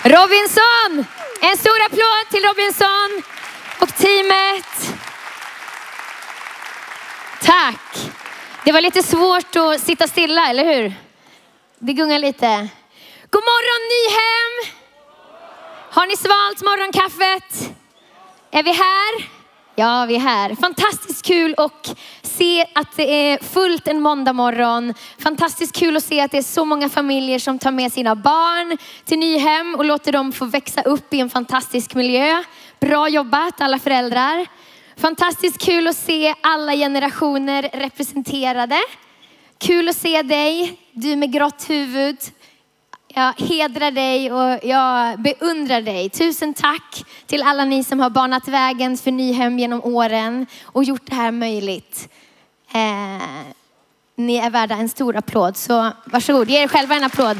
Robinson! En stor applåd till Robinson och teamet. Tack. Det var lite svårt att sitta stilla, eller hur? Det gungar lite. God morgon Nyhem! Har ni svalt morgonkaffet? Är vi här? Ja, vi är här. Fantastiskt kul att se att det är fullt en måndag morgon. Fantastiskt kul att se att det är så många familjer som tar med sina barn till Nyhem och låter dem få växa upp i en fantastisk miljö. Bra jobbat alla föräldrar. Fantastiskt kul att se alla generationer representerade. Kul att se dig, du med grått huvud. Jag hedrar dig och jag beundrar dig. Tusen tack till alla ni som har banat vägen för Nyhem genom åren och gjort det här möjligt. Ni är värda en stor applåd, så varsågod, ge er själva en applåd.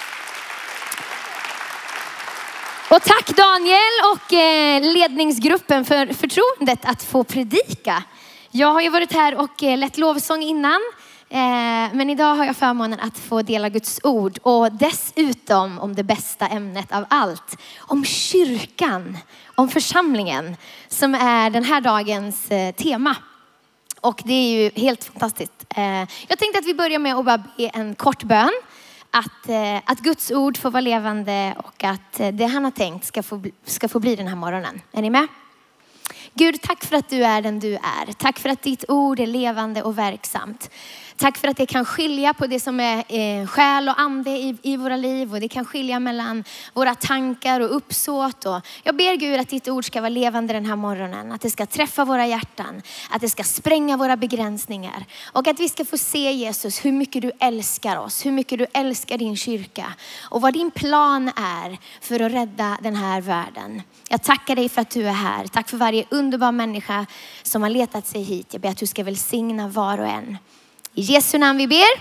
Och tack Daniel och ledningsgruppen för förtroendet att få predika. Jag har ju varit här och lett lovsång innan. Men idag har jag förmånen att få dela Guds ord. Och dessutom om det bästa ämnet av allt. Om kyrkan. Om församlingen. Som är den här dagens tema. Och det är ju helt fantastiskt. Jag tänkte att vi börjar med att bara be en kort bön. Att Guds ord får vara levande och att det han har tänkt ska få bli den här morgonen. Är ni med? Gud, tack för att du är den du är. Tack för att ditt ord är levande och verksamt. Tack för att det kan skilja på det som är själ och ande i våra liv. Och det kan skilja mellan våra tankar och uppsåt. Och jag ber Gud att ditt ord ska vara levande den här morgonen. Att det ska träffa våra hjärtan. Att det ska spränga våra begränsningar. Och att vi ska få se Jesus hur mycket du älskar oss. Hur mycket du älskar din kyrka. Och vad din plan är för att rädda den här världen. Jag tackar dig för att du är här. Tack för varje underbar människa som har letat sig hit. Jag ber att du ska välsigna var och en. I Jesu namn vi ber.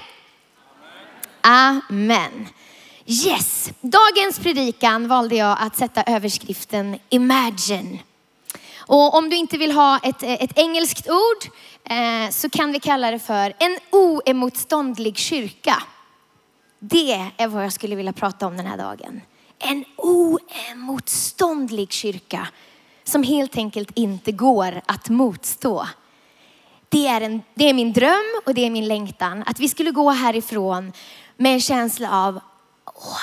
Amen. Yes. Dagens predikan valde jag att sätta överskriften Imagine. Och om du inte vill ha ett engelskt ord så kan vi kalla det för en oemotståndlig kyrka. Det är vad jag skulle vilja prata om den här dagen. En oemotståndlig kyrka som helt enkelt inte går att motstå. Det är min dröm och det är min längtan. Att vi skulle gå härifrån med en känsla av wow,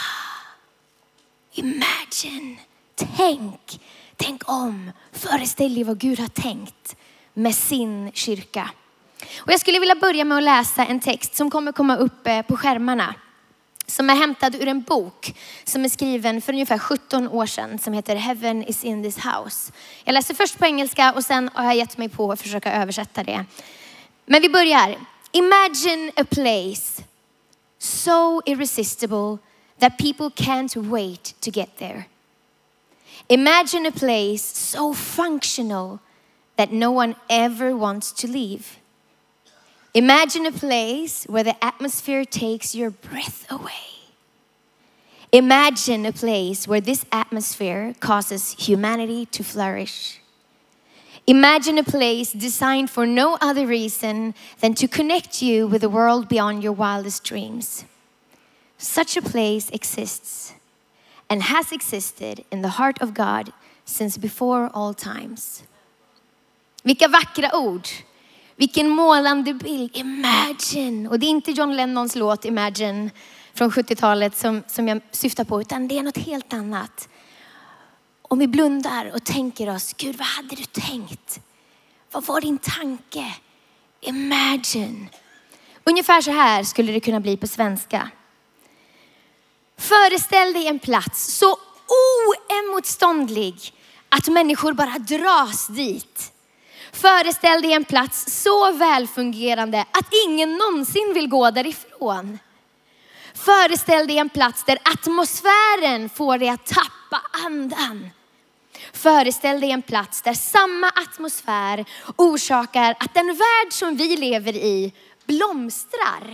imagine, tänk om, föreställ dig vad Gud har tänkt med sin kyrka. Och jag skulle vilja börja med att läsa en text som kommer komma upp på skärmarna. Som är hämtad ur en bok som är skriven för ungefär 17 år sedan. Som heter Heaven is in this house. Jag läser först på engelska och sen har jag gett mig på att försöka översätta det. Men vi börjar. Imagine a place so irresistible that people can't wait to get there. Imagine a place so functional that no one ever wants to leave. Imagine a place where the atmosphere takes your breath away. Imagine a place where this atmosphere causes humanity to flourish. Imagine a place designed for no other reason than to connect you with the world beyond your wildest dreams. Such a place exists and has existed in the heart of God since before all times. Vilka vackra ord. Vilken målande bild. Imagine. Och det är inte John Lennons låt Imagine från 70-talet som jag syftar på. Utan det är något helt annat. Om vi blundar och tänker oss. Gud, vad hade du tänkt? Vad var din tanke? Imagine. Ungefär så här skulle det kunna bli på svenska. Föreställ dig en plats så oemotståndlig att människor bara dras dit. Föreställ dig en plats så välfungerande att ingen någonsin vill gå därifrån. Föreställ dig en plats där atmosfären får dig att tappa andan. Föreställ dig en plats där samma atmosfär orsakar att den värld som vi lever i blomstrar.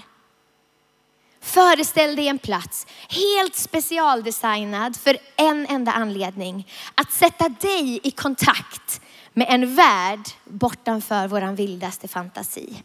Föreställ dig en plats helt specialdesignad för en enda anledning. Att sätta dig i kontakt med en värld bortanför våran vildaste fantasi.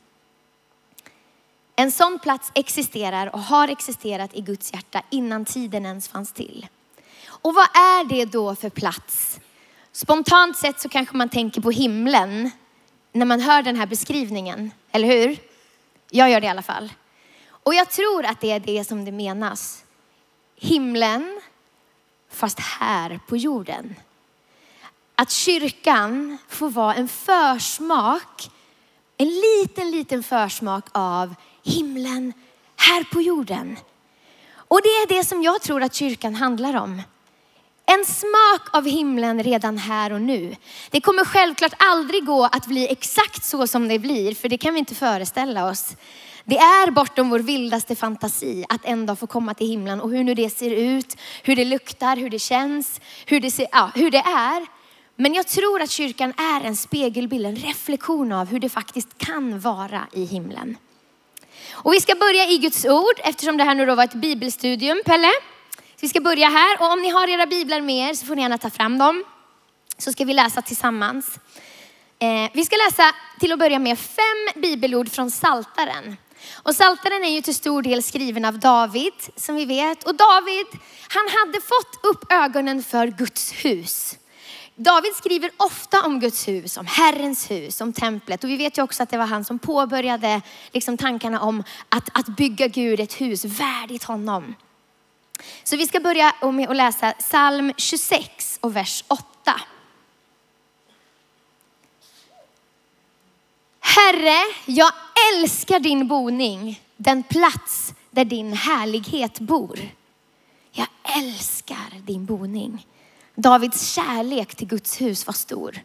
En sån plats existerar och har existerat i Guds hjärta innan tiden ens fanns till. Och vad är det då för plats? Spontant sett så kanske man tänker på himlen när man hör den här beskrivningen, eller hur? Jag gör det i alla fall. Och jag tror att det är det som det menas. Himlen, fast här på jorden. Att kyrkan får vara en försmak, en liten försmak av himlen här på jorden. Och det är det som jag tror att kyrkan handlar om. En smak av himlen redan här och nu. Det kommer självklart aldrig gå att bli exakt så som det blir, för det kan vi inte föreställa oss. Det är bortom vår vildaste fantasi att en dag få komma till himlen, och hur nu det ser ut, hur det luktar, hur det känns, hur det är. Men jag tror att kyrkan är en spegelbild, en reflektion av hur det faktiskt kan vara i himlen. Och vi ska börja i Guds ord, eftersom det här nu då var ett bibelstudium, Pelle. Så vi ska börja här, och om ni har era biblar med er så får ni gärna ta fram dem. Så ska vi läsa tillsammans. Vi ska läsa till att börja med 5 bibelord från Psaltaren. Och Psaltaren är ju till stor del skriven av David, som vi vet. Och David, han hade fått upp ögonen för Guds hus. David skriver ofta om Guds hus, om Herrens hus, om templet. Och vi vet ju också att det var han som påbörjade liksom tankarna om att bygga Gud ett hus värdigt honom. Så vi ska börja med att läsa psalm 26 och vers 8. Herre, jag älskar din boning, den plats där din härlighet bor. Jag älskar din boning. Davids kärlek till Guds hus var stor.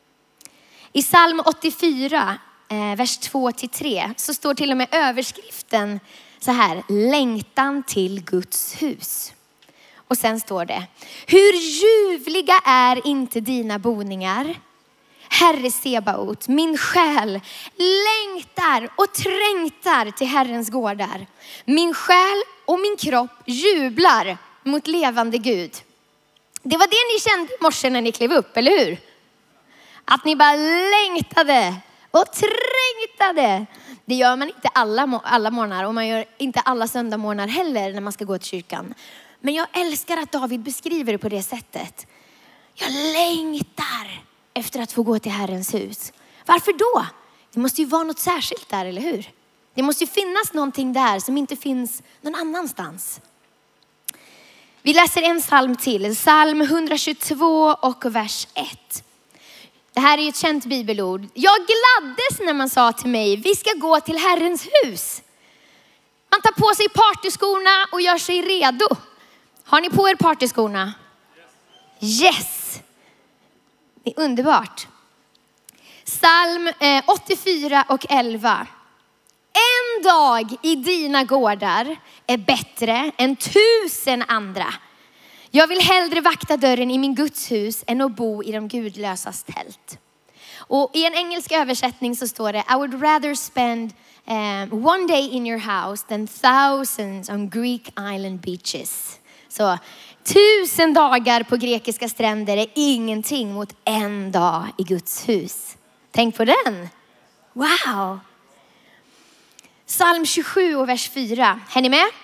I psalm 84, vers 2-3, så står till och med överskriften så här: längtan till Guds hus. Och sen står det: hur ljuvliga är inte dina boningar, Herre Sebaot, min själ längtar och trängtar till Herrens gårdar. Min själ och min kropp jublar mot levande Gud. Det var det ni kände i morse när ni klev upp, eller hur? Att ni bara längtade och trängtade. Det gör man inte alla morgnar, och man gör inte alla söndagmorgnar heller när man ska gå till kyrkan. Men jag älskar att David beskriver det på det sättet. Jag längtar efter att få gå till Herrens hus. Varför då? Det måste ju vara något särskilt där, eller hur? Det måste ju finnas någonting där som inte finns någon annanstans. Vi läser en psalm till, psalm 122 och vers 1. Det här är ju ett känt bibelord. Jag gladdes när man sa till mig, vi ska gå till Herrens hus. Man tar på sig partyskorna och gör sig redo. Har ni på er partyskorna? Yes! Det är underbart. Psalm 84 och 11. En dag i dina gårdar är bättre än 1000 andra. Jag vill hellre vakta dörren i min Guds hus än att bo i de gudlösas tält. Och i en engelsk översättning så står det: I would rather spend one day in your house than thousands on Greek island beaches. Så 1000 dagar på grekiska stränder är ingenting mot en dag i Guds hus. Tänk på den. Wow. Psalm 27 och vers 4. Är ni med?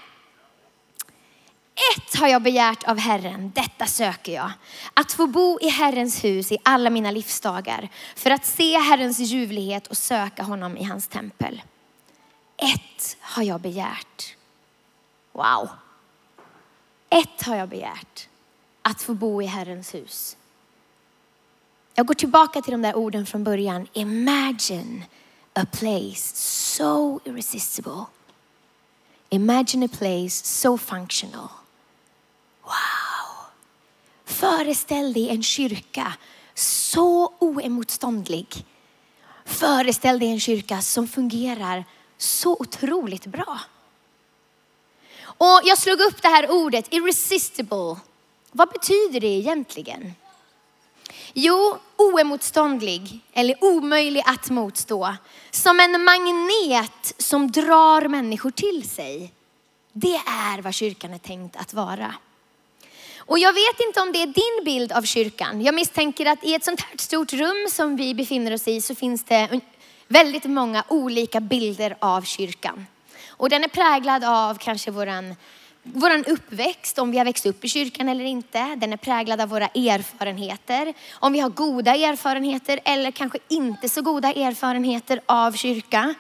Ett har jag begärt av Herren, detta söker jag. Att få bo i Herrens hus i alla mina livsdagar. För att se Herrens ljuvlighet och söka honom i hans tempel. Ett har jag begärt. Wow. Ett har jag begärt. Att få bo i Herrens hus. Jag går tillbaka till de där orden från början. Imagine a place so irresistible. Imagine a place so functional. Wow. Föreställ dig en kyrka så oemotståndlig. Föreställ dig en kyrka som fungerar så otroligt bra. Och jag slog upp det här ordet, irresistible. Vad betyder det egentligen? Jo, oemotståndlig eller omöjlig att motstå. Som en magnet som drar människor till sig. Det är vad kyrkan är tänkt att vara. Och jag vet inte om det är din bild av kyrkan. Jag misstänker att i ett sånt här stort rum som vi befinner oss i så finns det väldigt många olika bilder av kyrkan. Och den är präglad av kanske våran våran uppväxt, om vi har växt upp i kyrkan eller inte. Den är präglad av våra erfarenheter. Om vi har goda erfarenheter eller kanske inte så goda erfarenheter av kyrka.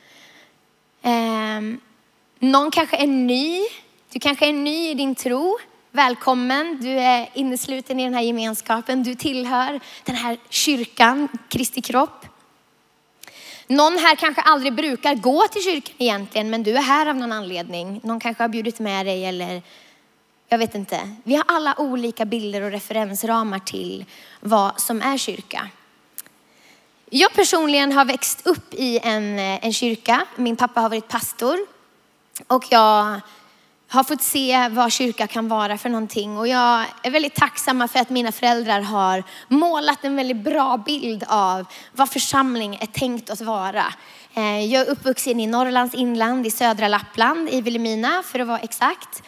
Någon kanske är ny. Du kanske är ny i din tro. Välkommen, du är innesluten i den här gemenskapen. Du tillhör den här kyrkan, Kristi kropp. Någon här kanske aldrig brukar gå till kyrkan egentligen, men du är här av någon anledning. Någon kanske har bjudit med dig eller jag vet inte. Vi har alla olika bilder och referensramar till vad som är kyrka. Jag personligen har växt upp i en kyrka. Min pappa har varit pastor och jag har fått se vad kyrka kan vara för någonting. Och jag är väldigt tacksam för att mina föräldrar har målat en väldigt bra bild av vad församling är tänkt att vara. Jag är uppvuxen i Norrlands inland, i södra Lappland, i Vilhelmina för att vara exakt.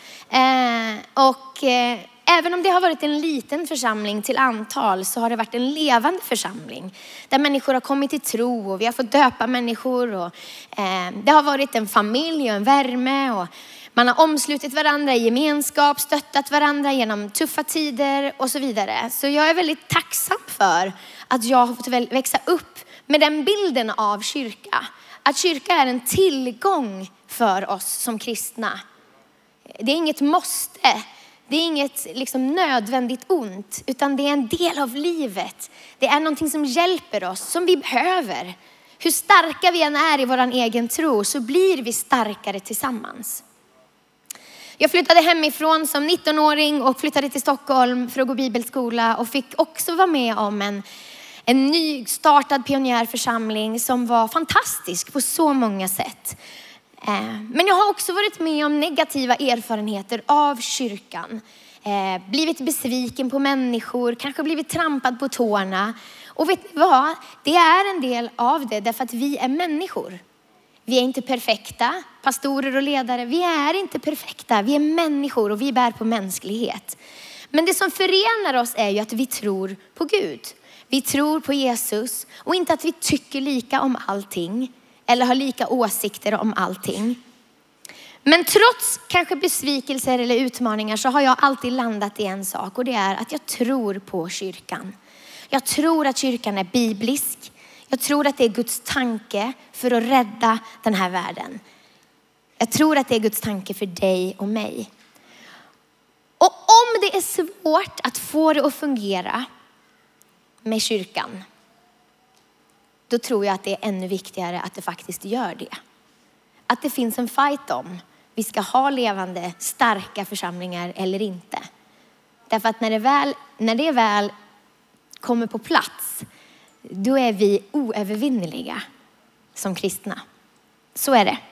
Även om det har varit en liten församling till antal så har det varit en levande församling. Där människor har kommit till tro och vi har fått döpa människor. Och, det har varit en familj och en värme och man har omslutit varandra i gemenskap, stöttat varandra genom tuffa tider och så vidare. Så jag är väldigt tacksam för att jag har fått växa upp med den bilden av kyrka. Att kyrka är en tillgång för oss som kristna. Det är inget måste. Det är inget nödvändigt ont, utan det är en del av livet. Det är någonting som hjälper oss, som vi behöver. Hur starka vi än är i vår egen tro så blir vi starkare tillsammans. Jag flyttade hemifrån som 19-åring och flyttade till Stockholm för att gå bibelskola och fick också vara med om en nystartad pionjärförsamling som var fantastisk på så många sätt. Men jag har också varit med om negativa erfarenheter av kyrkan. Blivit besviken på människor, kanske blivit trampad på tårna. Och vet ni vad? Det är en del av det därför att vi är människor. Vi är inte perfekta, pastorer och ledare. Vi är inte perfekta, vi är människor och vi bär på mänsklighet. Men det som förenar oss är ju att vi tror på Gud. Vi tror på Jesus och inte att vi tycker lika om allting. Eller har lika åsikter om allting. Men trots kanske besvikelser eller utmaningar så har jag alltid landat i en sak. Och det är att jag tror på kyrkan. Jag tror att kyrkan är biblisk. Jag tror att det är Guds tanke för att rädda den här världen. Jag tror att det är Guds tanke för dig och mig. Och om det är svårt att få det att fungera med kyrkan, då tror jag att det är ännu viktigare att det faktiskt gör det. Att det finns en fight om vi ska ha levande, starka församlingar eller inte. Därför att när det väl kommer på plats, då är vi oövervinneliga som kristna. Så är det.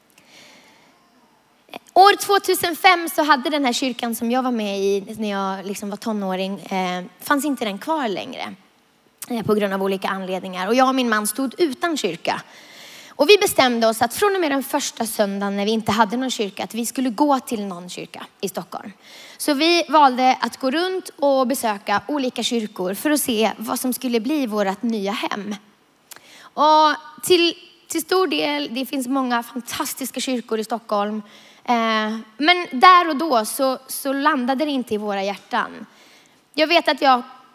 År 2005 så hade den här kyrkan som jag var med i när jag var tonåring, fanns inte den kvar längre. På grund av olika anledningar. Och jag och min man stod utan kyrka. Och vi bestämde oss att från och med den första söndagen när vi inte hade någon kyrka, att vi skulle gå till någon kyrka i Stockholm. Så vi valde att gå runt och besöka olika kyrkor för att se vad som skulle bli vårt nya hem. Och till stor del, det finns många fantastiska kyrkor i Stockholm. Men där och då så landade det inte i våra hjärtan. Jag vet att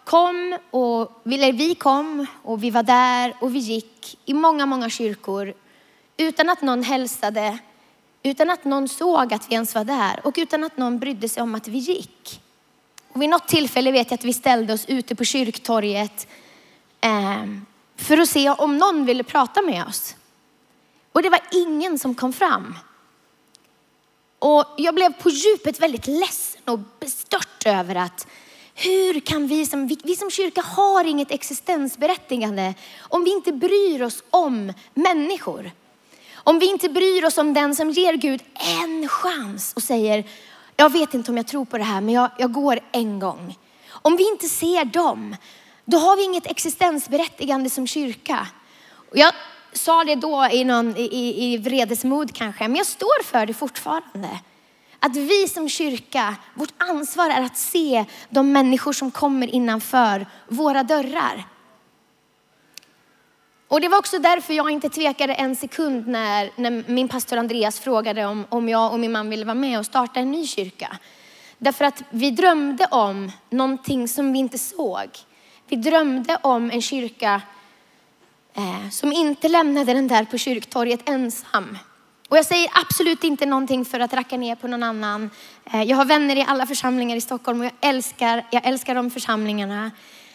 vi kom och vi var där och vi gick i många kyrkor utan att någon hälsade, utan att någon såg att vi ens var där och utan att någon brydde sig om att vi gick. Och vid något tillfälle vet jag att vi ställde oss ute på kyrktorget för att se om någon ville prata med oss. Och det var ingen som kom fram. Och jag blev på djupet väldigt ledsen och bestört över att hur kan vi som kyrka har inget existensberättigande om vi inte bryr oss om människor. Om vi inte bryr oss om den som ger Gud en chans och säger, jag vet inte om jag tror på det här men jag går en gång. Om vi inte ser dem, då har vi inget existensberättigande som kyrka. Och jag sa det då i vredesmod kanske, men jag står för det fortfarande. Att vi som kyrka, vårt ansvar är att se de människor som kommer innanför våra dörrar. Och det var också därför jag inte tvekade en sekund när min pastor Andreas frågade om jag och min man ville vara med och starta en ny kyrka. Därför att vi drömde om någonting som vi inte såg. Vi drömde om en kyrka som inte lämnade den där på kyrktorget ensam. Och jag säger absolut inte någonting för att racka ner på någon annan. Jag har vänner i alla församlingar i Stockholm och jag älskar de församlingarna.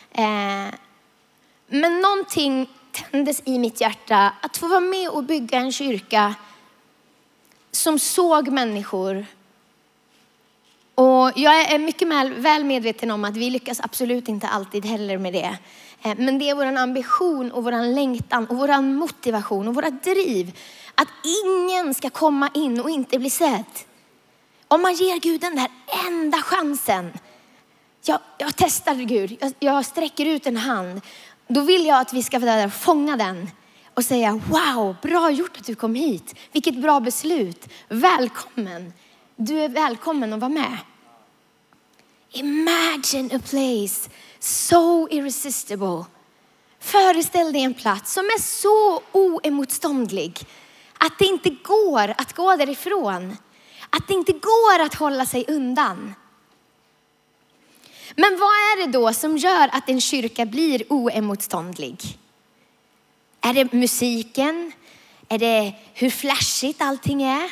Men någonting tändes i mitt hjärta att få vara med och bygga en kyrka som såg människor. Och jag är mycket väl medveten om att vi lyckas absolut inte alltid heller med det. Men det är vår ambition och vår längtan och vår motivation och våra driv. Att ingen ska komma in och inte bli sedd. Om man ger Gud den där enda chansen. Jag testar Gud. Jag sträcker ut en hand. Då vill jag att vi ska där fånga den. Och säga wow, bra gjort att du kom hit. Vilket bra beslut. Välkommen. Du är välkommen att vara med. Imagine a place so irresistible. Föreställ dig en plats som är så oemotståndlig att det inte går att gå därifrån. Att det inte går att hålla sig undan. Men vad är det då som gör att en kyrka blir oemotståndlig? Är det musiken? Är det hur flashigt allting är?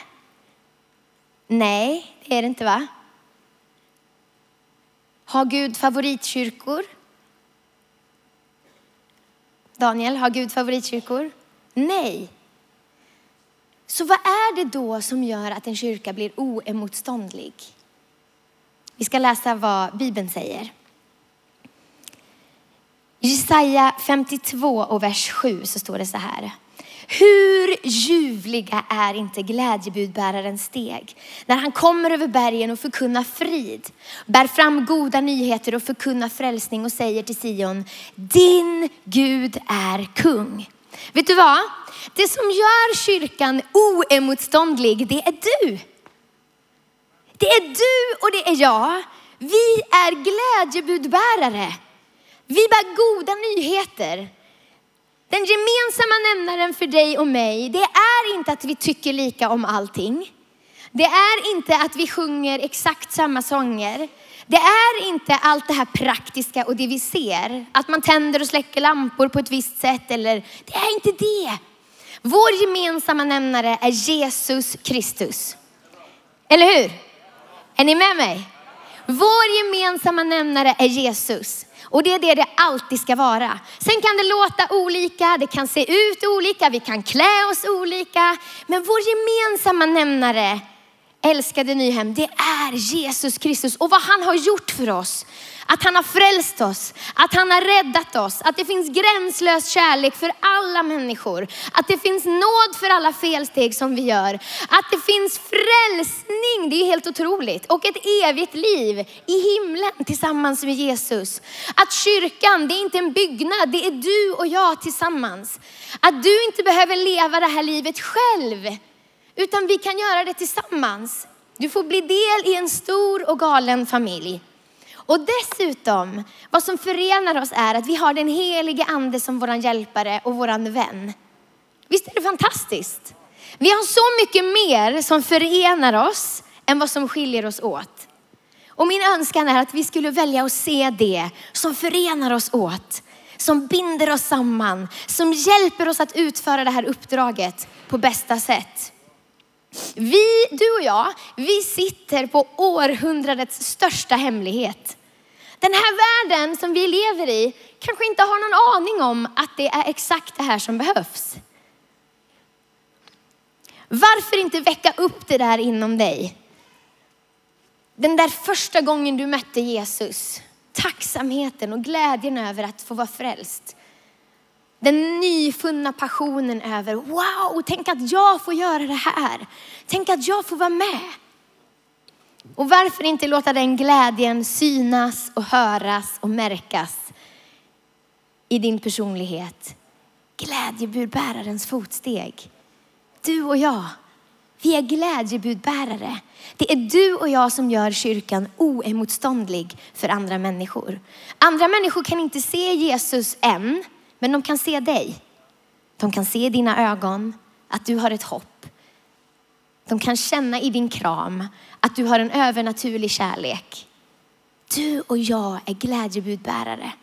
Nej, det är det inte, va? Har Gud favoritkyrkor? Daniel, har Gud favoritkyrkor? Nej. Så vad är det då som gör att en kyrka blir oemotståndlig? Vi ska läsa vad Bibeln säger. I Jesaja 52 och vers 7 så står det så här. Hur ljuvliga är inte glädjebudbärarens steg när han kommer över bergen och förkunnar frid, bär fram goda nyheter och förkunnar frälsning och säger till Sion, din Gud är kung. Vet du vad? Det som gör kyrkan oemotståndlig, det är du. Det är du och det är jag. Vi är glädjebudbärare. Vi bär goda nyheter. Den gemensamma nämnaren för dig och mig, det är inte att vi tycker lika om allting. Det är inte att vi sjunger exakt samma sånger. Det är inte allt det här praktiska och det vi ser. Att man tänder och släcker lampor på ett visst sätt. Eller, det är inte det. Vår gemensamma nämnare är Jesus Kristus. Eller hur? Är ni med mig? Vår gemensamma nämnare är Jesus. Och det är det alltid ska vara. Sen kan det låta olika, det kan se ut olika, vi kan klä oss olika. Men vår gemensamma nämnare, älskade Nyhem, det är Jesus Kristus. Och vad han har gjort för oss. Att han har frälst oss. Att han har räddat oss. Att det finns gränslös kärlek för alla människor. Att det finns nåd för alla felsteg som vi gör. Att det finns frälsning. Det är helt otroligt. Och ett evigt liv i himlen tillsammans med Jesus. Att kyrkan, det är inte en byggnad. Det är du och jag tillsammans. Att du inte behöver leva det här livet själv. Utan vi kan göra det tillsammans. Du får bli del i en stor och galen familj. Och dessutom, vad som förenar oss är att vi har den helige ande som våran hjälpare och våran vän. Visst är det fantastiskt? Vi har så mycket mer som förenar oss än vad som skiljer oss åt. Och min önskan är att vi skulle välja att se det som förenar oss åt. Som binder oss samman. Som hjälper oss att utföra det här uppdraget på bästa sätt. Du och jag, vi sitter på århundradets största hemlighet. Den här världen som vi lever i kanske inte har någon aning om att det är exakt det här som behövs. Varför inte väcka upp det där inom dig? Den där första gången du mötte Jesus. Tacksamheten och glädjen över att få vara frälst. Den nyfunna passionen över, wow, tänk att jag får göra det här. Tänk att jag får vara med. Och varför inte låta den glädjen synas och höras och märkas i din personlighet. Glädjebudbärarens fotsteg. Du och jag, vi är glädjebudbärare. Det är du och jag som gör kyrkan oemotståndlig för andra människor. Andra människor kan inte se Jesus än, men de kan se dig. De kan se i dina ögon att du har ett hopp. De kan känna i din kram att du har en övernaturlig kärlek. Du och jag är glädjebudbärare.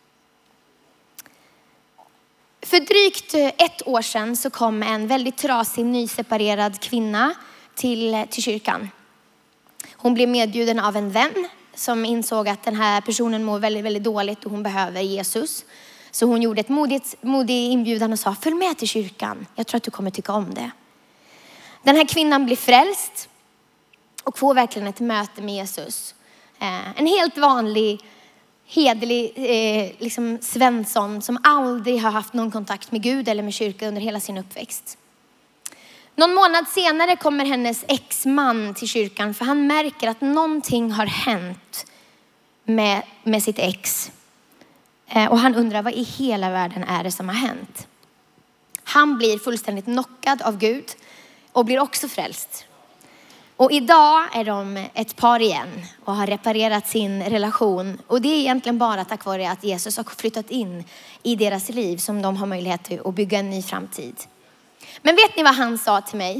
För drygt 1 år sedan så kom en väldigt trasig, nyseparerad kvinna till kyrkan. Hon blev medbjuden av en vän som insåg att den här personen mår väldigt, väldigt dåligt och hon behöver Jesus. Så hon gjorde ett modig inbjudan och sa, följ med till kyrkan. Jag tror att du kommer tycka om det. Den här kvinnan blir frälst och får verkligen ett möte med Jesus. En helt vanlig, hederlig liksom Svensson som aldrig har haft någon kontakt med Gud eller med kyrkan under hela sin uppväxt. Någon månad senare kommer hennes ex-man till kyrkan för han märker att någonting har hänt med sitt ex. Och han undrar, vad i hela världen är det som har hänt? Han blir fullständigt knockad av Gud och blir också frälst. Och idag är de ett par igen och har reparerat sin relation. Och det är egentligen bara tack vare att Jesus har flyttat in i deras liv som de har möjlighet att bygga en ny framtid. Men vet ni vad han sa till mig?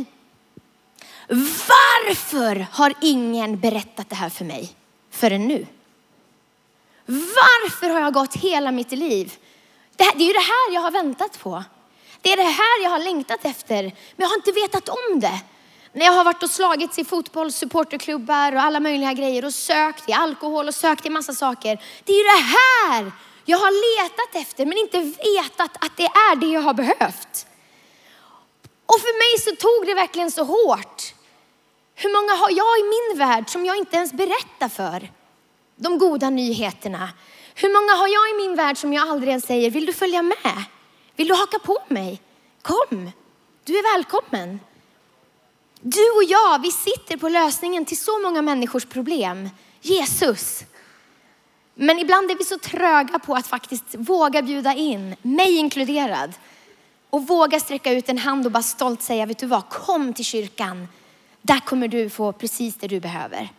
Varför har ingen berättat det här för mig förrän nu? Varför har jag gått hela mitt liv? Det är ju det här jag har väntat på. Det är det här jag har längtat efter. Men jag har inte vetat om det. När jag har varit och slagits i fotboll, supporterklubbar och alla möjliga grejer. Och sökt i alkohol och sökt i massa saker. Det är ju det här jag har letat efter. Men inte vetat att det är det jag har behövt. Och för mig så tog det verkligen så hårt. Hur många har jag i min värld som jag inte ens berättar för? De goda nyheterna. Hur många har jag i min värld som jag aldrig ens säger, vill du följa med? Vill du haka på mig? Kom, du är välkommen. Du och jag, vi sitter på lösningen till så många människors problem. Jesus. Men ibland är vi så tröga på att faktiskt våga bjuda in, mig inkluderad. Och våga sträcka ut en hand och bara stolt säga, vet du vad, kom till kyrkan. Där kommer du få precis det du behöver.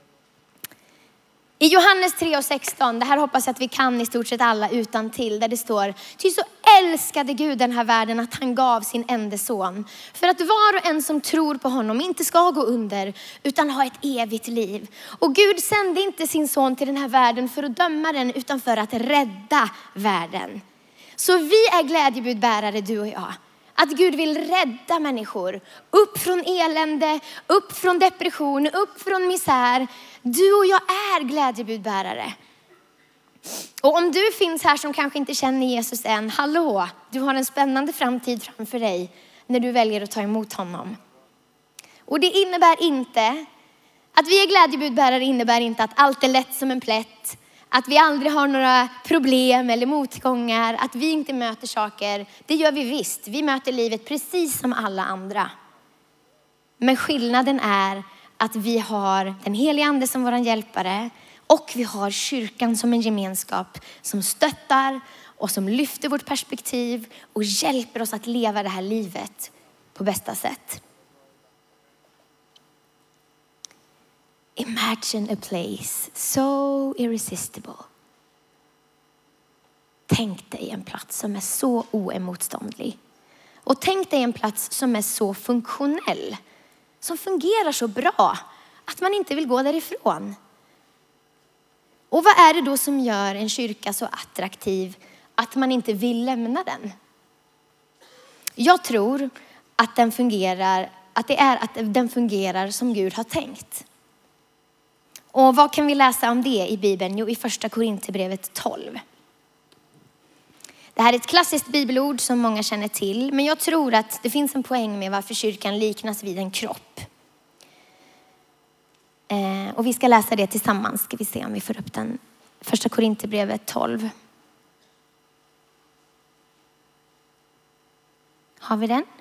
I Johannes 3:16, det här hoppas jag att vi kan i stort sett alla utan till, där det står, ty så älskade Gud den här världen att han gav sin enda son. För att var och en som tror på honom inte ska gå under utan ha ett evigt liv. Och Gud sände inte sin son till den här världen för att döma den utan för att rädda världen. Så vi är glädjebudbärare, du och jag. Att Gud vill rädda människor upp från elände, upp från depression, upp från misär. Du och jag är glädjebudbärare. Och om du finns här som kanske inte känner Jesus än, hallå, du har en spännande framtid framför dig när du väljer att ta emot honom. Och det innebär inte, att vi är glädjebudbärare innebär inte att allt är lätt som en plätt. Att vi aldrig har några problem eller motgångar. Att vi inte möter saker. Det gör vi visst. Vi möter livet precis som alla andra. Men skillnaden är att vi har den heliga ande som våran hjälpare. Och vi har kyrkan som en gemenskap som stöttar och som lyfter vårt perspektiv. Och hjälper oss att leva det här livet på bästa sätt. Imagine a place so irresistible. Tänk dig en plats som är så oemotståndlig. Och tänk dig en plats som är så funktionell. Som fungerar så bra att man inte vill gå därifrån. Och vad är det då som gör en kyrka så attraktiv att man inte vill lämna den? Jag tror att den fungerar som Gud har tänkt. Och vad kan vi läsa om det i Bibeln? Jo, i första Korinthierbrevet 12. Det här är ett klassiskt bibelord som många känner till. Men jag tror att det finns en poäng med varför kyrkan liknas vid en kropp. Och vi ska läsa det tillsammans. Ska vi se om vi får upp den. Första Korinthierbrevet 12. Har vi den?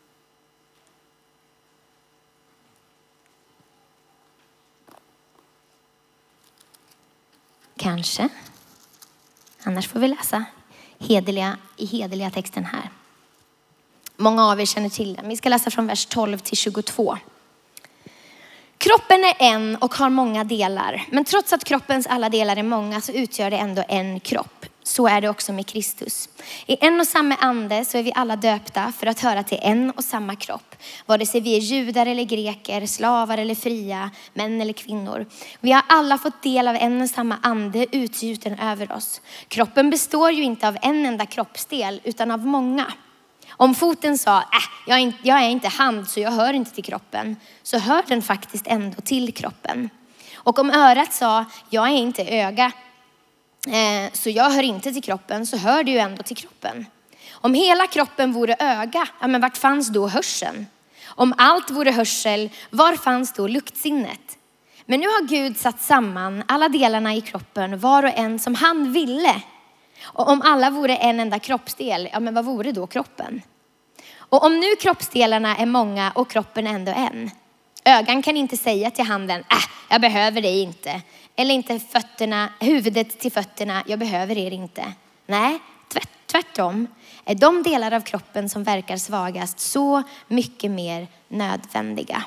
Kanske. Annars får vi läsa hederliga texten här. Många av er känner till den. Vi ska läsa från vers 12 till 22. Kroppen är en och har många delar. Men trots att kroppens alla delar är många så utgör det ändå en kropp. Så är det också med Kristus. I en och samma ande så är vi alla döpta för att höra till en och samma kropp. Vare sig vi är judar eller greker, slavar eller fria, män eller kvinnor. Vi har alla fått del av en och samma ande utgjuten över oss. Kroppen består ju inte av en enda kroppsdel utan av många. Om foten sa, jag är inte hand så jag hör inte till kroppen, så hör den faktiskt ändå till kroppen. Och om örat sa, jag är inte öga, så jag hör inte till kroppen, så hör du ju ändå till kroppen. Om hela kroppen vore öga, ja men vart fanns då hörseln? Om allt vore hörsel, var fanns då luktsinnet? Men nu har Gud satt samman alla delarna i kroppen, var och en som han ville. Och om alla vore en enda kroppsdel, ja men vad vore då kroppen? Och om nu kroppsdelarna är många och kroppen ändå en. Ögan kan inte säga till handen, jag behöver dig inte. Eller inte huvudet till fötterna, jag behöver er inte. Nej, tvärtom är de delar av kroppen som verkar svagast så mycket mer nödvändiga.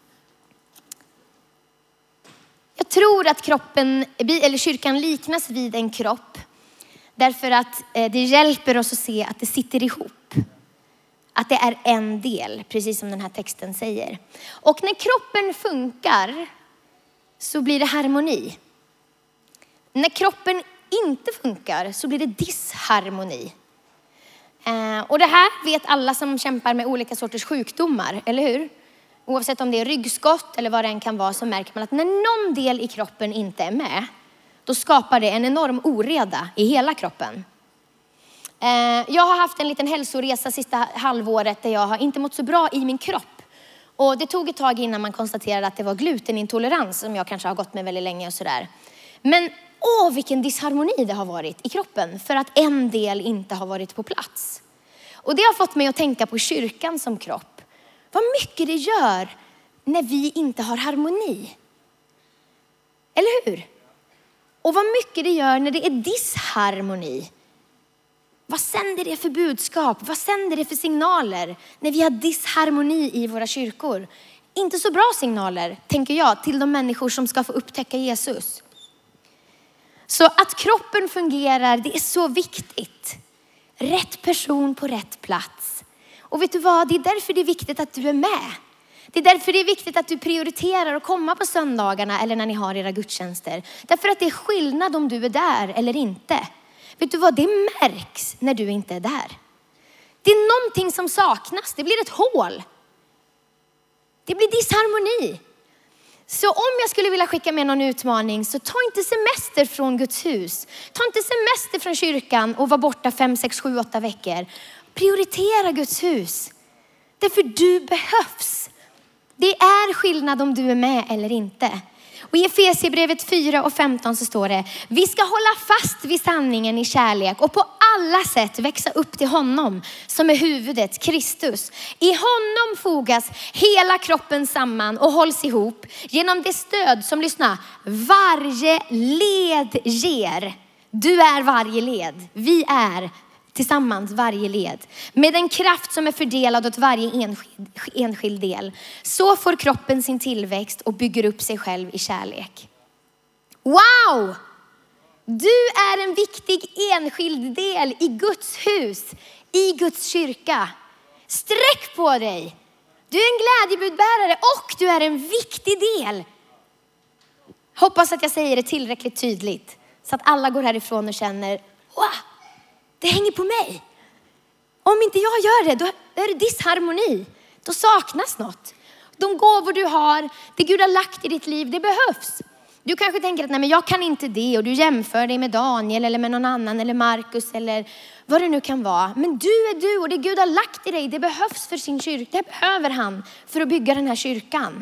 Jag tror att kyrkan liknas vid en kropp. Därför att det hjälper oss att se att det sitter ihop. Att det är en del, precis som den här texten säger. Och när kroppen funkar så blir det harmoni. När kroppen inte funkar så blir det disharmoni. Och det här vet alla som kämpar med olika sorters sjukdomar, eller hur? Oavsett om det är ryggskott eller vad det än kan vara, så märker man att när någon del i kroppen inte är med, då skapar det en enorm oreda i hela kroppen. Jag har haft en liten hälsoresa sista halvåret där jag har inte mått så bra i min kropp. Och det tog ett tag innan man konstaterade att det var glutenintolerans som jag kanske har gått med väldigt länge och sådär. Men vilken disharmoni det har varit i kroppen för att en del inte har varit på plats. Och det har fått mig att tänka på kyrkan som kropp. Vad mycket det gör när vi inte har harmoni. Eller hur? Och vad mycket det gör när det är disharmoni. Vad sänder det för budskap? Vad sänder det för signaler när vi har disharmoni i våra kyrkor? Inte så bra signaler, tänker jag, till de människor som ska få upptäcka Jesus. Så att kroppen fungerar, det är så viktigt. Rätt person på rätt plats. Och vet du vad? Det är därför det är viktigt att du är med. Det är därför det är viktigt att du prioriterar att komma på söndagarna eller när ni har era gudstjänster. Därför att det är skillnad om du är där eller inte. Vet du vad? Det märks när du inte är där. Det är någonting som saknas. Det blir ett hål. Det blir disharmoni. Så om jag skulle vilja skicka med någon utmaning, så ta inte semester från Guds hus. Ta inte semester från kyrkan och var borta 5, 6, 7, 8 veckor. Prioritera Guds hus. Därför du behövs. Det är skillnad om du är med eller inte. Och i Efesierbrevet 4 och 15 så står det: vi ska hålla fast vid sanningen i kärlek och på alla sätt växa upp till honom som är huvudet, Kristus. I honom fogas hela kroppen samman och hålls ihop genom det stöd som, lyssna, varje led ger. Du är varje led. Vi är tillsammans varje led. Med en kraft som är fördelad åt varje enskild del. Så får kroppen sin tillväxt och bygger upp sig själv i kärlek. Wow! Du är en viktig enskild del i Guds hus. I Guds kyrka. Sträck på dig. Du är en glädjebudbärare och du är en viktig del. Hoppas att jag säger det tillräckligt tydligt. Så att alla går härifrån och känner: wow! Det hänger på mig. Om inte jag gör det, då är det disharmoni. Då saknas något. De gåvor du har, det Gud har lagt i ditt liv, det behövs. Du kanske tänker att nej, men jag kan inte det. Och du jämför dig med Daniel eller med någon annan. Eller Markus eller vad det nu kan vara. Men du är du och det Gud har lagt i dig, det behövs för sin kyrka. Det behöver han för att bygga den här kyrkan.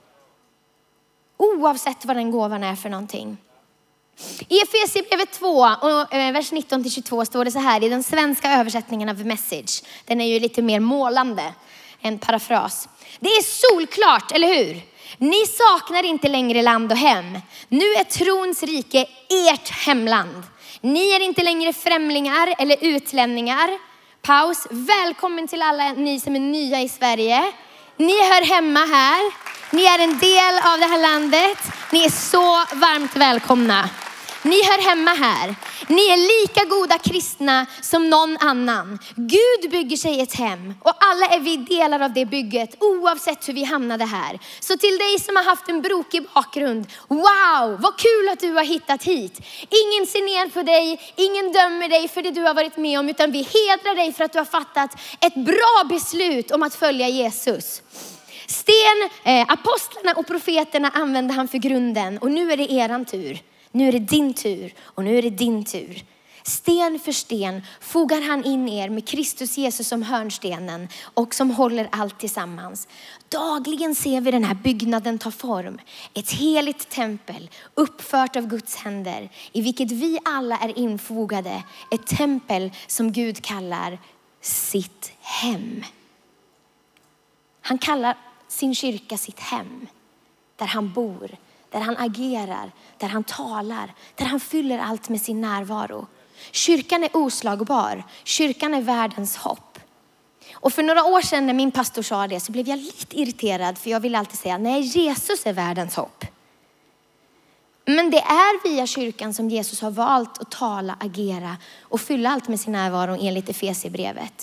Oavsett vad den gåvan är för någonting. I Efesierbrevet 2 och vers 19-22 står det så här i den svenska översättningen av Message. Den är ju lite mer målande än parafras. Det är solklart, eller hur? Ni saknar inte längre land och hem. Nu är trons rike ert hemland. Ni är inte längre främlingar eller utlänningar. Paus. Välkommen till alla ni som är nya i Sverige. Ni hör hemma här. Ni är en del av det här landet. Ni är så varmt välkomna. Ni hör hemma här. Ni är lika goda kristna som någon annan. Gud bygger sig ett hem och alla är vi delar av det bygget oavsett hur vi hamnade här. Så till dig som har haft en brokig bakgrund, wow, vad kul att du har hittat hit. Ingen ser ner på dig, ingen dömer dig för det du har varit med om, utan vi hedrar dig för att du har fattat ett bra beslut om att följa Jesus. Apostlarna och profeterna använde han för grunden och nu är det eran tur. Nu är det din tur och nu är det din tur. Sten för sten fogar han in er med Kristus Jesus som hörnstenen och som håller allt tillsammans. Dagligen ser vi den här byggnaden ta form. Ett heligt tempel uppfört av Guds händer i vilket vi alla är infogade. Ett tempel som Gud kallar sitt hem. Han kallar sin kyrka sitt hem. Där han bor, där han agerar, där han talar, där han fyller allt med sin närvaro. Kyrkan är oslagbar. Kyrkan är världens hopp. Och för några år sedan när min pastor sa det så blev jag lite irriterad. För jag vill alltid säga, nej, Jesus är världens hopp. Men det är via kyrkan som Jesus har valt att tala, agera och fylla allt med sin närvaro enligt Efesierbrevet.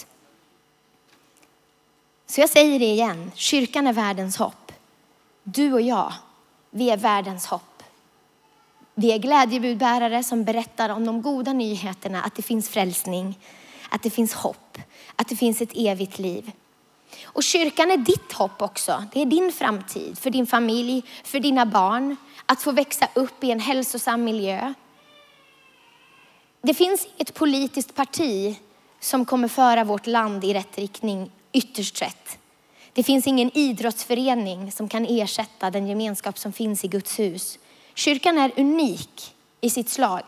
Så jag säger det igen, kyrkan är världens hopp. Du och jag, vi är världens hopp. Vi är glädjebudbärare som berättar om de goda nyheterna, att det finns frälsning, att det finns hopp, att det finns ett evigt liv. Och kyrkan är ditt hopp också. Det är din framtid, för din familj, för dina barn. Att få växa upp i en hälsosam miljö. Det finns ett politiskt parti som kommer föra vårt land i rätt riktning ytterst sett. Det finns ingen idrottsförening som kan ersätta den gemenskap som finns i Guds hus. Kyrkan är unik i sitt slag.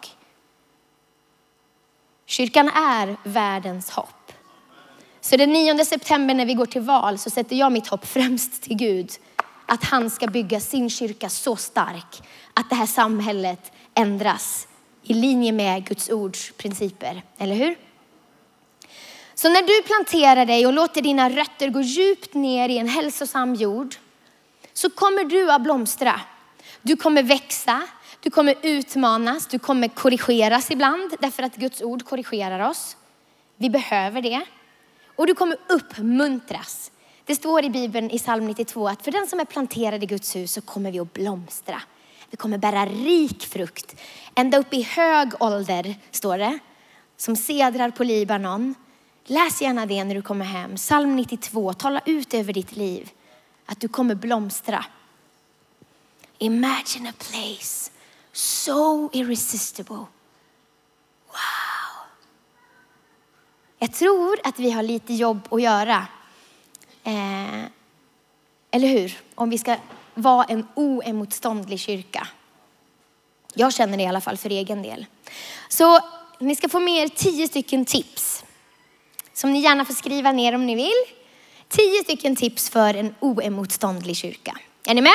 Kyrkan är världens hopp. Så den 9 september när vi går till val så sätter jag mitt hopp främst till Gud. Att han ska bygga sin kyrka så stark att det här samhället ändras i linje med Guds ords principer. Eller hur? Så när du planterar dig och låter dina rötter gå djupt ner i en hälsosam jord så kommer du att blomstra. Du kommer växa, du kommer utmanas, du kommer korrigeras ibland därför att Guds ord korrigerar oss. Vi behöver det. Och du kommer uppmuntras. Det står i Bibeln i psalm 92 att för den som är planterad i Guds hus så kommer vi att blomstra. Vi kommer bära rik frukt. Ända upp i hög ålder står det. Som cedrar på Libanon. Läs gärna det när du kommer hem. Psalm 92, tala ut över ditt liv. Att du kommer blomstra. Imagine a place so irresistible. Wow. Jag tror att vi har lite jobb att göra. Eller hur? Om vi ska vara en oemotståndlig kyrka. Jag känner det i alla fall för egen del. Så ni ska få med er 10 stycken tips. Som ni gärna får skriva ner om ni vill. 10 stycken tips för en oemotståndlig kyrka. Är ni med?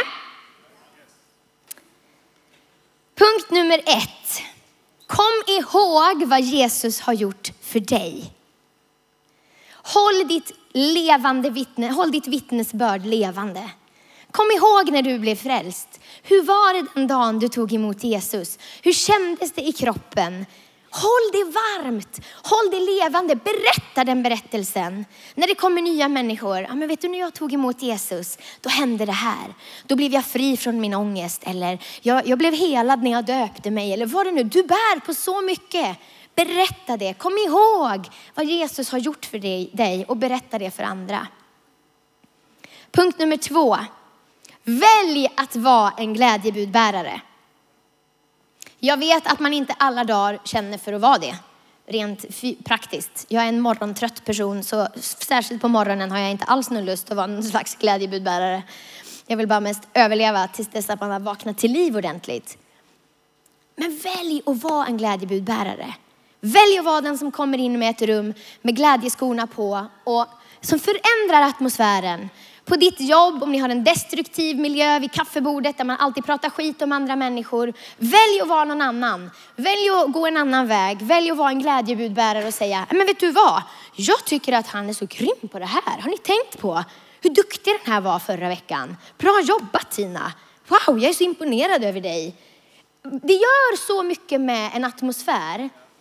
Punkt nummer 1. Kom ihåg vad Jesus har gjort för dig. Håll ditt vittnesbörd levande. Kom ihåg när du blev frälst. Hur var det den dagen du tog emot Jesus? Hur kändes det i kroppen? Håll det varmt. Håll det levande. Berätta den berättelsen. När det kommer nya människor. Ja, men vet du, när jag tog emot Jesus, då hände det här. Då blev jag fri från min ångest. Eller jag blev helad när jag döpte mig. Eller vad det nu. Du bär på så mycket. Berätta det. Kom ihåg vad Jesus har gjort för dig. Och berätta det för andra. Punkt nummer 2. Välj att vara en glädjebudbärare. Jag vet att man inte alla dagar känner för att vara det. Rent praktiskt. Jag är en morgontrött person. Så särskilt på morgonen har jag inte alls någon lust att vara en slags glädjebudbärare. Jag vill bara mest överleva tills dess att man har vaknat till liv ordentligt. Men välj att vara en glädjebudbärare. Välj att vara den som kommer in med ett rum med glädjeskorna på. Och som förändrar atmosfären. På ditt jobb, om ni har en destruktiv miljö vid kaffebordet där man alltid pratar skit om andra människor. Välj att vara någon annan. Välj att gå en annan väg. Välj att vara en glädjebudbärare och säga, men vet du vad? Jag tycker att han är så grym på det här. Har ni tänkt på hur duktig den här var förra veckan? Bra jobbat, Tina. Wow, jag är så imponerad över dig. Det gör så mycket med en atmosfär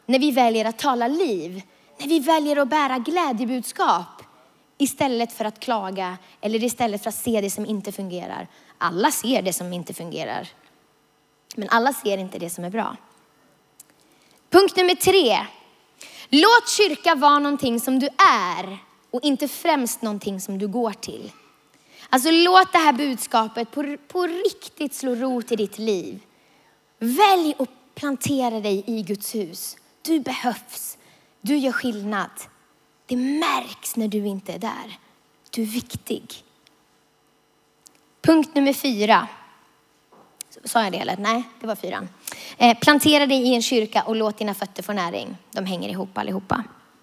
När vi väljer att tala liv. När vi väljer att bära glädjebudskap. Istället för att klaga eller istället för att se det som inte fungerar. Alla ser det som inte fungerar. Men alla ser inte det som är bra. Punkt nummer 3. Låt kyrka vara någonting som du är och inte främst någonting som du går till. Alltså låt det här budskapet på riktigt slå rot i ditt liv. Välj att plantera dig i Guds hus. Du behövs. Du gör skillnad. Det märks när du inte är där. Du är viktig. Punkt nummer 4. Sa jag det eller? Nej, det var 4. Plantera dig i en kyrka och låt dina fötter få näring. De hänger ihop allihopa.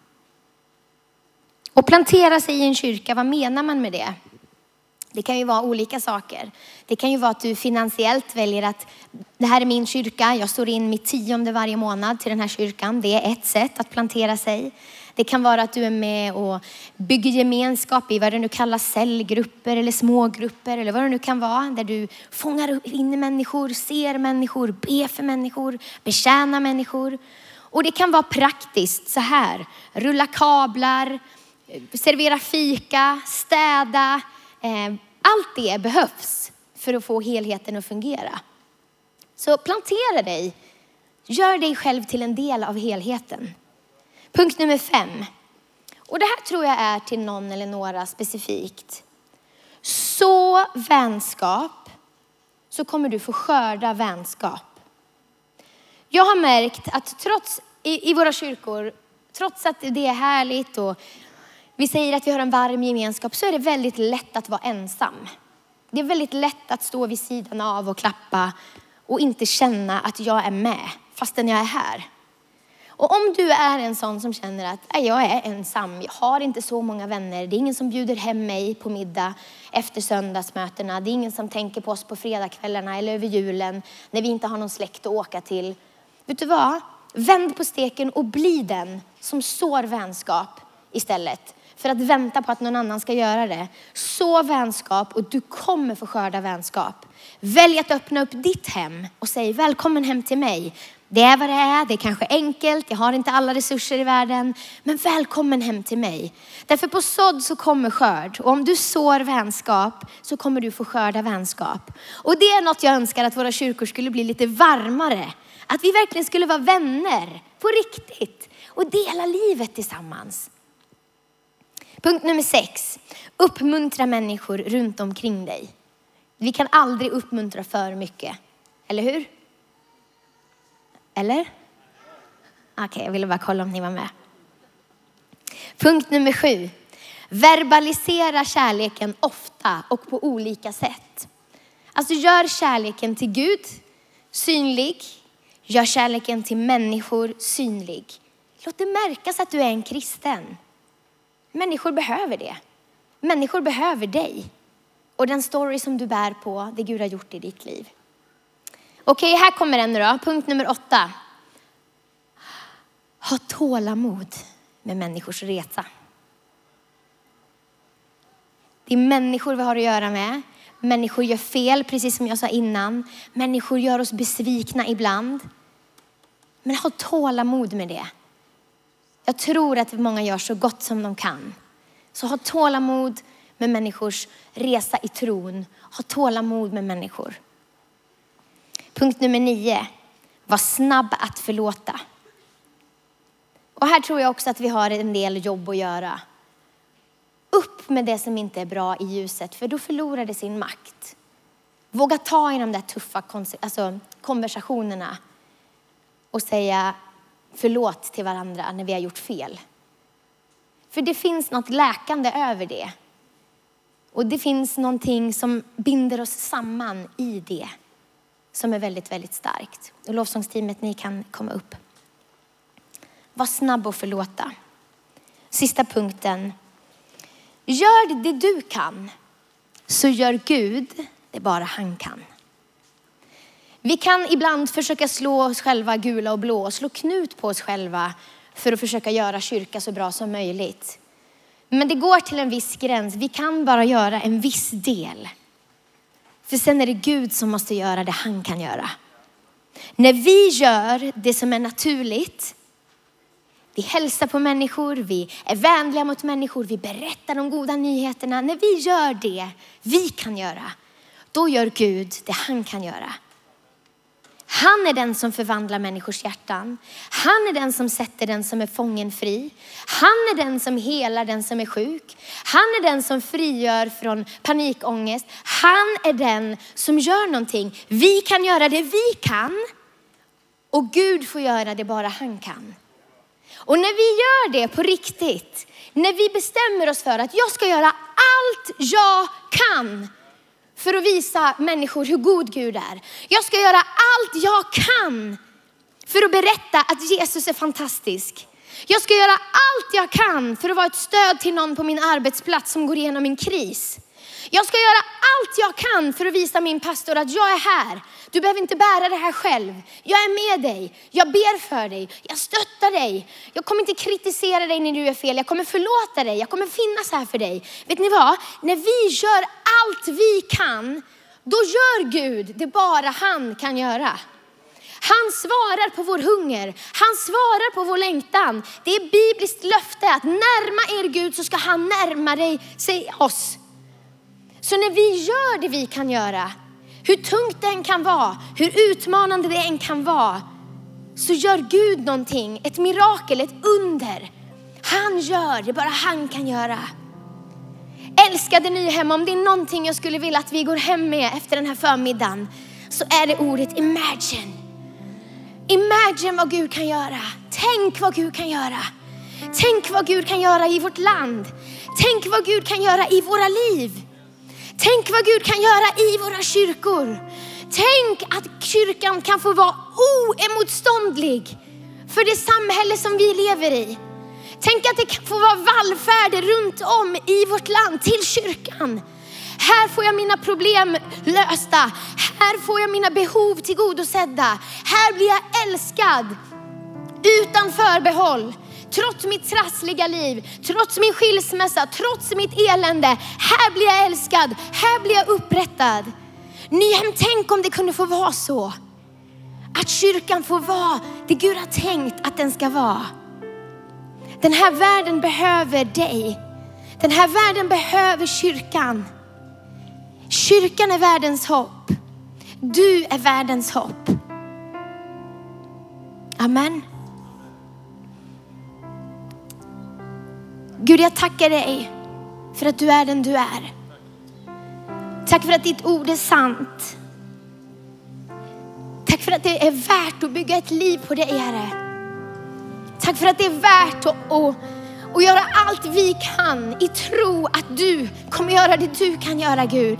Och plantera sig i en kyrka, vad menar man med det? Det kan ju vara olika saker. Det kan ju vara att du finansiellt väljer att det här är min kyrka. Jag står in mitt 10:e varje månad till den här kyrkan. Det är ett sätt att plantera sig. Det kan vara att du är med och bygger gemenskap i vad det nu kallas, cellgrupper eller smågrupper eller vad det nu kan vara. Där du fångar in människor, ser människor, ber för människor, betjänar människor. Och det kan vara praktiskt så här. Rulla kablar, servera fika, städa. Allt det behövs för att få helheten att fungera. Så plantera dig. Gör dig själv till en del av helheten. Punkt nummer 5. Och det här tror jag är till någon eller några specifikt. Så vänskap, så kommer du få skörda vänskap. Jag har märkt att trots i våra kyrkor, trots att det är härligt och vi säger att vi har en varm gemenskap, så är det väldigt lätt att vara ensam. Det är väldigt lätt att stå vid sidan av och klappa och inte känna att jag är med fastän jag är här. Och om du är en sån som känner att jag är ensam, jag har inte så många vänner, det är ingen som bjuder hem mig på middag efter söndagsmötena, det är ingen som tänker på oss på fredagskvällarna eller över julen när vi inte har någon släkt att åka till. Vet du vad? Vänd på steken och bli den som sår vänskap istället för att vänta på att någon annan ska göra det. Så vänskap och du kommer få skörda vänskap. Välj att öppna upp ditt hem och säg välkommen hem till mig. Det är vad det är kanske enkelt, jag har inte alla resurser i världen. Men välkommen hem till mig. Därför på sådd så kommer skörd. Och om du sår vänskap så kommer du få skörda vänskap. Och det är något jag önskar att våra kyrkor skulle bli lite varmare. Att vi verkligen skulle vara vänner på riktigt. Och dela livet tillsammans. Punkt nummer 6. Uppmuntra människor runt omkring dig. Vi kan aldrig uppmuntra för mycket. Eller hur? Eller? Okej, jag ville bara kolla om ni var med. Punkt nummer 7. Verbalisera kärleken ofta och på olika sätt. Alltså gör kärleken till Gud synlig. Gör kärleken till människor synlig. Låt det märkas att du är en kristen. Människor behöver det. Människor behöver dig. Och den story som du bär på, det Gud har gjort i ditt liv. Okej, här kommer den nu då. Punkt nummer 8. Ha tålamod med människors resa. Det är människor vi har att göra med. Människor gör fel, precis som jag sa innan. Människor gör oss besvikna ibland. Men ha tålamod med det. Jag tror att många gör så gott som de kan. Så ha tålamod med människors resa i tron. Ha tålamod med människor. Punkt nummer 9. Var snabb att förlåta. Och här tror jag också att vi har en del jobb att göra. Upp med det som inte är bra i ljuset, för då förlorar det sin makt. Våga ta i de där tuffa konversationerna och säga förlåt till varandra när vi har gjort fel. För det finns något läkande över det. Och det finns någonting som binder oss samman i det. Som är väldigt, väldigt starkt. Och lovsångsteamet, ni kan komma upp. Var snabb och förlåta. Sista punkten. Gör det du kan. Så gör Gud det bara han kan. Vi kan ibland försöka slå oss själva gula och blå. Slå knut på oss själva. För att försöka göra kyrka så bra som möjligt. Men det går till en viss gräns. Vi kan bara göra en viss del. För sen är det Gud som måste göra det han kan göra. När vi gör det som är naturligt, Vi hälsar på människor, vi är vänliga mot människor, vi berättar de goda nyheterna. När vi gör det vi kan göra, då gör Gud det han kan göra. Han är den som förvandlar människors hjärtan. Han är den som sätter den som är fången fri. Han är den som helar den som är sjuk. Han är den som frigör från panikångest. Han är den som gör någonting. Vi kan göra det vi kan. Och Gud får göra det bara han kan. Och när vi gör det på riktigt, när vi bestämmer oss för att jag ska göra allt jag kan för att visa människor hur god Gud är. Jag ska göra allt jag kan för att berätta att Jesus är fantastisk. Jag ska göra allt jag kan för att vara ett stöd till någon på min arbetsplats som går igenom en kris. Jag ska göra allt jag kan för att visa min pastor att jag är här. Du behöver inte bära det här själv. Jag är med dig. Jag ber för dig. Jag stöttar dig. Jag kommer inte kritisera dig när du är fel. Jag kommer förlåta dig. Jag kommer finnas här för dig. Vet ni vad? När vi gör allt vi kan, då gör Gud det bara han kan göra. Han svarar på vår hunger. Han svarar på vår längtan. Det är bibliskt löfte att närma er Gud så ska han närma sig oss. Så när vi gör det vi kan göra, hur tungt det än kan vara, hur utmanande det än kan vara, så gör Gud någonting, ett mirakel, ett under. Han gör det bara han kan göra. Älskade Nyhem, om det är någonting jag skulle vilja att vi går hem med efter den här förmiddagen, så är det ordet imagine. Imagine vad Gud kan göra. Tänk vad Gud kan göra. Tänk vad Gud kan göra i vårt land. Tänk vad Gud kan göra i våra liv. Tänk vad Gud kan göra i våra kyrkor. Tänk att kyrkan kan få vara oemotståndlig för det samhälle som vi lever i. Tänk att det kan få vara vallfärder runt om i vårt land till kyrkan. Här får jag mina problem lösta. Här får jag mina behov tillgodosedda. Här blir jag älskad utan förbehåll. Trots mitt trassliga liv, trots min skilsmässa, trots mitt elände. Här blir jag älskad, här blir jag upprättad. Nyhem, tänk om det kunde få vara så. Att kyrkan får vara det Gud har tänkt att den ska vara. Den här världen behöver dig. Den här världen behöver kyrkan. Kyrkan är världens hopp. Du är världens hopp. Amen. Gud, jag tackar dig för att du är den du är. Tack för att ditt ord är sant. Tack för att det är värt att bygga ett liv på dig, Herre. Tack för att det är värt att göra allt vi kan i tro att du kommer göra det du kan göra, Gud.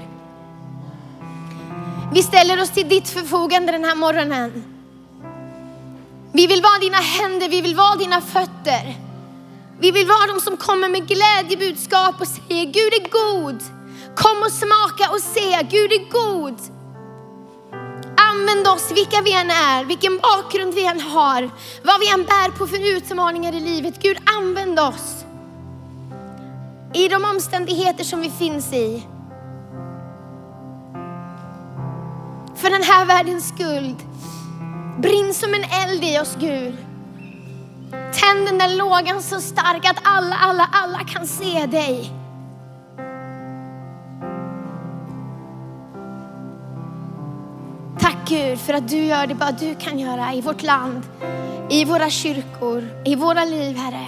Vi ställer oss till ditt förfogande den här morgonen. Vi vill vara dina händer, vi vill vara dina fötter. Vi vill vara de som kommer med glädjebudskap och säger Gud är god. Kom och smaka och se, Gud är god. Använd oss vilka vi än är, vilken bakgrund vi än har, vad vi än bär på för utmaningar i livet. Gud, använd oss i de omständigheter som vi finns i. För den här världens skuld. Brinn som en eld i oss, Gud. Tänd den där lågan så stark att alla kan se dig. Tack Gud för att du gör det bara du kan göra i vårt land, i våra kyrkor, i våra liv, Herre.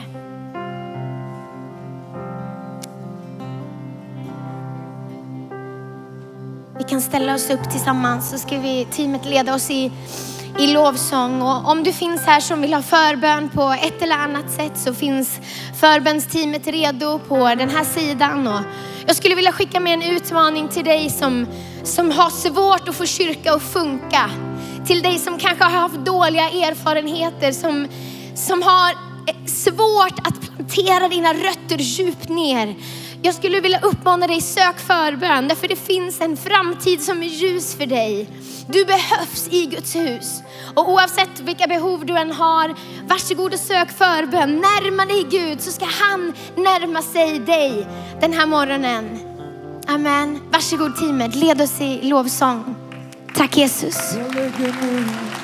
Vi kan ställa oss upp tillsammans, så ska teamet leda oss i lovsång. Och om du finns här som vill ha förbön på ett eller annat sätt, så finns förbönsteamet redo på den här sidan. Och jag skulle vilja skicka med en utmaning till dig som har svårt att få kyrka att funka. Till dig som kanske har haft dåliga erfarenheter, som har svårt att plantera dina rötter djupt ner. Jag skulle vilja uppmana dig, sök förbön, därför det finns en framtid som är ljus för dig. Du behövs i Guds hus. Och oavsett vilka behov du än har, varsågod och sök förbön. Närma dig Gud, så ska han närma sig dig den här morgonen. Amen. Varsågod teamet, led oss i lovsång. Tack Jesus.